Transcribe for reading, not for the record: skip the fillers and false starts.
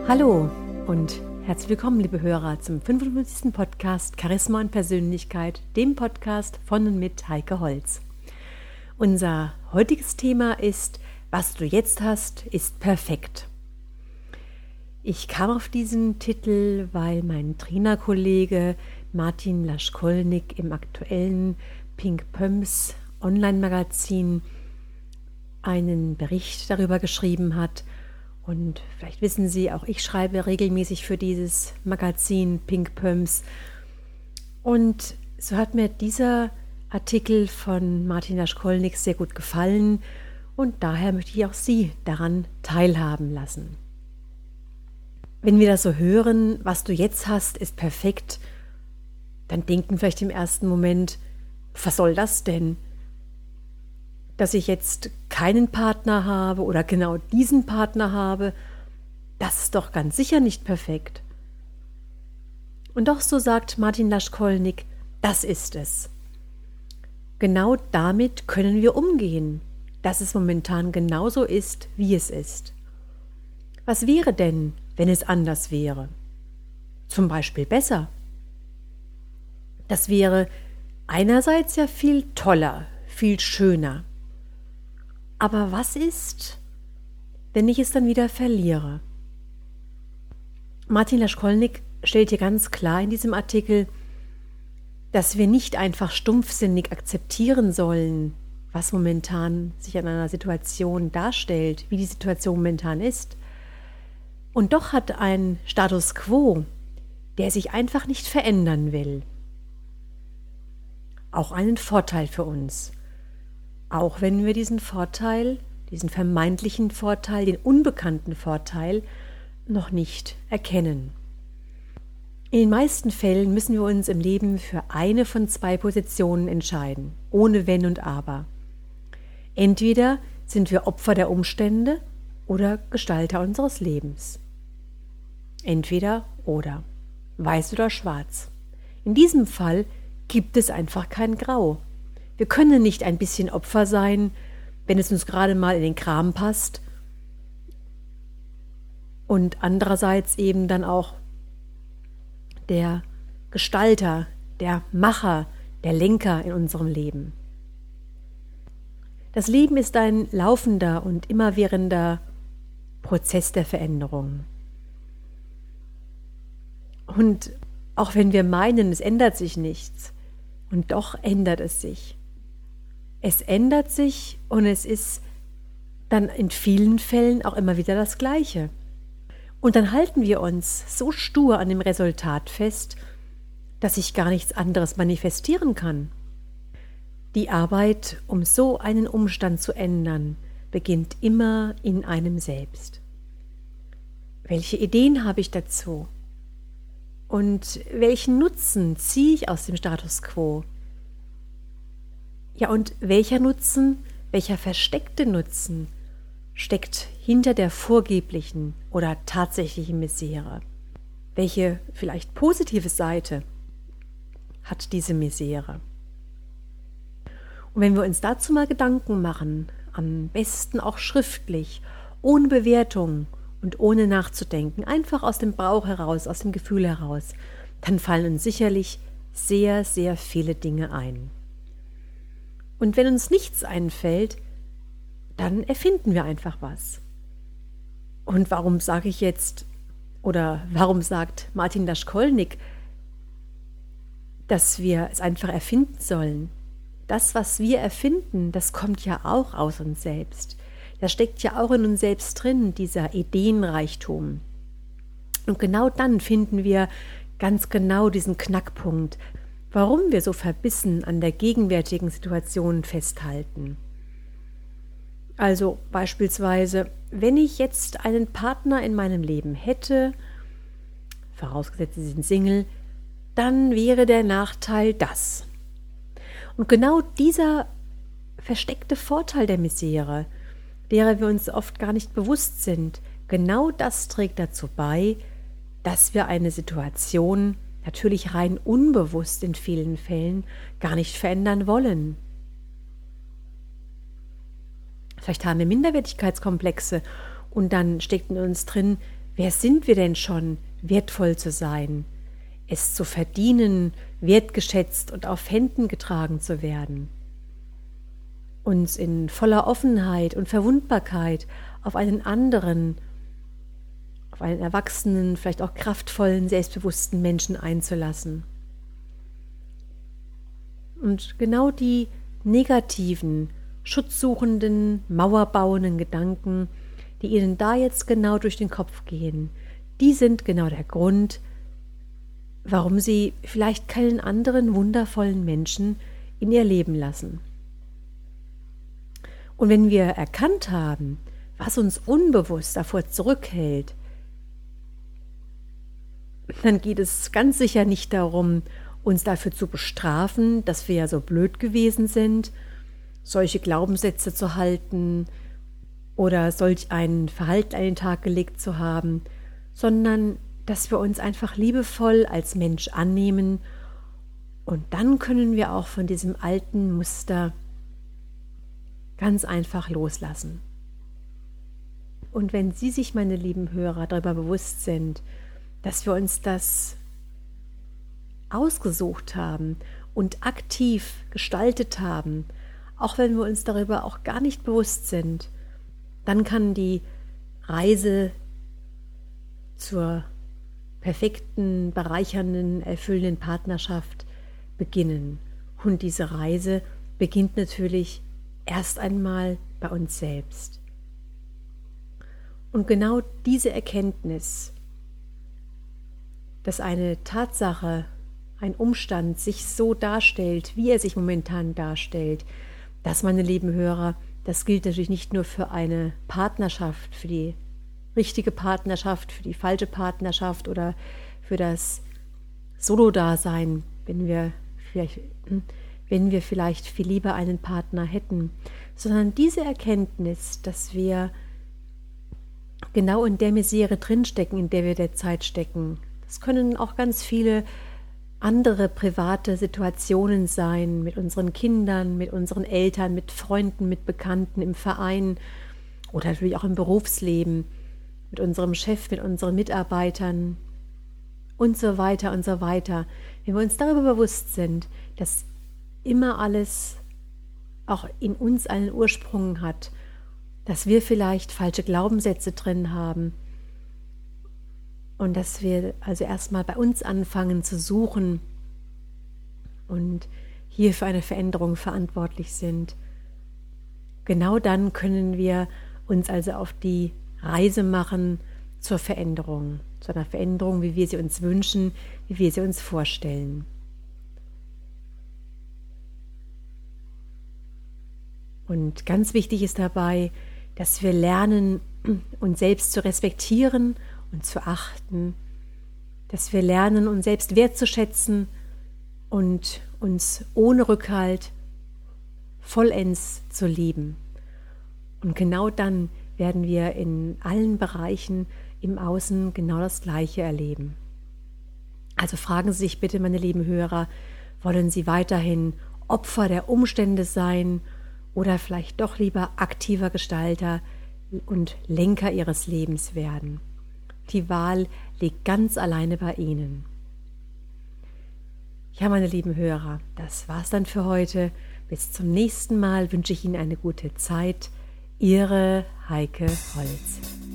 Hallo und herzlich willkommen, liebe Hörer, zum 55. Podcast Charisma und Persönlichkeit, dem Podcast von und mit Heike Holz. Unser heutiges Thema ist: Was du jetzt hast, ist perfekt. Ich kam auf diesen Titel, weil mein Trainerkollege Martin Laschkolnik im aktuellen Pink Pumps Online-Magazin einen Bericht darüber geschrieben hat. Und vielleicht wissen Sie, auch ich schreibe regelmäßig für dieses Magazin Pink Pumps. Und so hat mir dieser Artikel von Martin Laschkolnik sehr gut gefallen und daher möchte ich auch Sie daran teilhaben lassen. Wenn wir das so hören, was du jetzt hast, ist perfekt, dann denken vielleicht im ersten Moment, was soll das denn? Dass ich jetzt keinen Partner habe oder genau diesen Partner habe, das ist doch ganz sicher nicht perfekt. Und doch, so sagt Martin Laschkolnik, das ist es. Genau damit können wir umgehen, dass es momentan genauso ist, wie es ist. Was wäre denn, wenn es anders wäre? Zum Beispiel besser. Das wäre einerseits ja viel toller, viel schöner. Aber was ist, wenn ich es dann wieder verliere? Martin Laschkolnik stellt hier ganz klar in diesem Artikel, dass wir nicht einfach stumpfsinnig akzeptieren sollen, was momentan sich an einer Situation darstellt, wie die Situation momentan ist. Und doch hat ein Status quo, der sich einfach nicht verändern will, auch einen Vorteil für uns. Auch wenn wir diesen Vorteil, diesen vermeintlichen Vorteil, den unbekannten Vorteil noch nicht erkennen. In den meisten Fällen müssen wir uns im Leben für eine von zwei Positionen entscheiden, ohne Wenn und Aber. Entweder sind wir Opfer der Umstände oder Gestalter unseres Lebens. Entweder oder, weiß oder schwarz. In diesem Fall gibt es einfach kein Grau. Wir können nicht ein bisschen Opfer sein, wenn es uns gerade mal in den Kram passt, und andererseits eben dann auch der Gestalter, der Macher, der Lenker in unserem Leben. Das Leben ist ein laufender und immerwährender Prozess der Veränderung. Und auch wenn wir meinen, es ändert sich nichts, und doch ändert es sich. Es ändert sich und es ist dann in vielen Fällen auch immer wieder das Gleiche. Und dann halten wir uns so stur an dem Resultat fest, dass sich gar nichts anderes manifestieren kann. Die Arbeit, um so einen Umstand zu ändern, beginnt immer in einem selbst. Welche Ideen habe ich dazu? Und welchen Nutzen ziehe ich aus dem Status quo? Ja, und welcher Nutzen, welcher versteckte Nutzen steckt hinter der vorgeblichen oder tatsächlichen Misere? Welche vielleicht positive Seite hat diese Misere? Und wenn wir uns dazu mal Gedanken machen, am besten auch schriftlich, ohne Bewertung und ohne nachzudenken, einfach aus dem Bauch heraus, aus dem Gefühl heraus, dann fallen uns sicherlich sehr, sehr viele Dinge ein. Und wenn uns nichts einfällt, dann erfinden wir einfach was. Und warum sage ich jetzt, oder warum sagt Martin Laschkolnik, dass wir es einfach erfinden sollen? Das, was wir erfinden, das kommt ja auch aus uns selbst. Das steckt ja auch in uns selbst drin, dieser Ideenreichtum. Und genau dann finden wir ganz genau diesen Knackpunkt, warum wir so verbissen an der gegenwärtigen Situation festhalten. Also beispielsweise, wenn ich jetzt einen Partner in meinem Leben hätte, vorausgesetzt Sie sind Single, dann wäre der Nachteil das. Und genau dieser versteckte Vorteil der Misere, derer wir uns oft gar nicht bewusst sind, genau das trägt dazu bei, dass wir eine Situation natürlich rein unbewusst in vielen Fällen gar nicht verändern wollen. Vielleicht haben wir Minderwertigkeitskomplexe und dann steckt in uns drin, wer sind wir denn schon, wertvoll zu sein, es zu verdienen, wertgeschätzt und auf Händen getragen zu werden, uns in voller Offenheit und Verwundbarkeit auf einen anderen, auf einen erwachsenen, vielleicht auch kraftvollen, selbstbewussten Menschen einzulassen. Und genau die negativen, schutzsuchenden, mauerbauenden Gedanken, die Ihnen da jetzt genau durch den Kopf gehen, die sind genau der Grund, warum Sie vielleicht keinen anderen wundervollen Menschen in Ihr Leben lassen. Und wenn wir erkannt haben, was uns unbewusst davor zurückhält, dann geht es ganz sicher nicht darum, uns dafür zu bestrafen, dass wir ja so blöd gewesen sind, solche Glaubenssätze zu halten oder solch ein Verhalten an den Tag gelegt zu haben, sondern dass wir uns einfach liebevoll als Mensch annehmen und dann können wir auch von diesem alten Muster ganz einfach loslassen. Und wenn Sie sich, meine lieben Hörer, darüber bewusst sind, dass wir uns das ausgesucht haben und aktiv gestaltet haben, auch wenn wir uns darüber auch gar nicht bewusst sind, dann kann die Reise zur perfekten, bereichernden, erfüllenden Partnerschaft beginnen. Und diese Reise beginnt natürlich erst einmal bei uns selbst. Und genau diese Erkenntnis, dass eine Tatsache, ein Umstand sich so darstellt, wie er sich momentan darstellt, das, meine lieben Hörer, das gilt natürlich nicht nur für eine Partnerschaft, für die richtige Partnerschaft, für die falsche Partnerschaft oder für das Solo-Dasein, wenn wir vielleicht viel lieber einen Partner hätten, sondern diese Erkenntnis, dass wir genau in der Misere drinstecken, in der wir derzeit stecken. Das können auch ganz viele andere private Situationen sein, mit unseren Kindern, mit unseren Eltern, mit Freunden, mit Bekannten im Verein oder natürlich auch im Berufsleben, mit unserem Chef, mit unseren Mitarbeitern und so weiter und so weiter. Wenn wir uns darüber bewusst sind, dass immer alles auch in uns einen Ursprung hat, dass wir vielleicht falsche Glaubenssätze drin haben und dass wir also erstmal bei uns anfangen zu suchen und hier für eine Veränderung verantwortlich sind. Genau dann können wir uns also auf die Reise machen zur Veränderung, zu einer Veränderung, wie wir sie uns wünschen, wie wir sie uns vorstellen. Und ganz wichtig ist dabei, dass wir lernen, uns selbst zu respektieren und zu achten, dass wir lernen, uns selbst wertzuschätzen und uns ohne Rückhalt vollends zu lieben. Und genau dann werden wir in allen Bereichen im Außen genau das Gleiche erleben. Also fragen Sie sich bitte, meine lieben Hörer, wollen Sie weiterhin Opfer der Umstände sein oder vielleicht doch lieber aktiver Gestalter und Lenker Ihres Lebens werden? Die Wahl liegt ganz alleine bei Ihnen. Ja, meine lieben Hörer, das war's dann für heute. Bis zum nächsten Mal wünsche ich Ihnen eine gute Zeit. Ihre Heike Holz.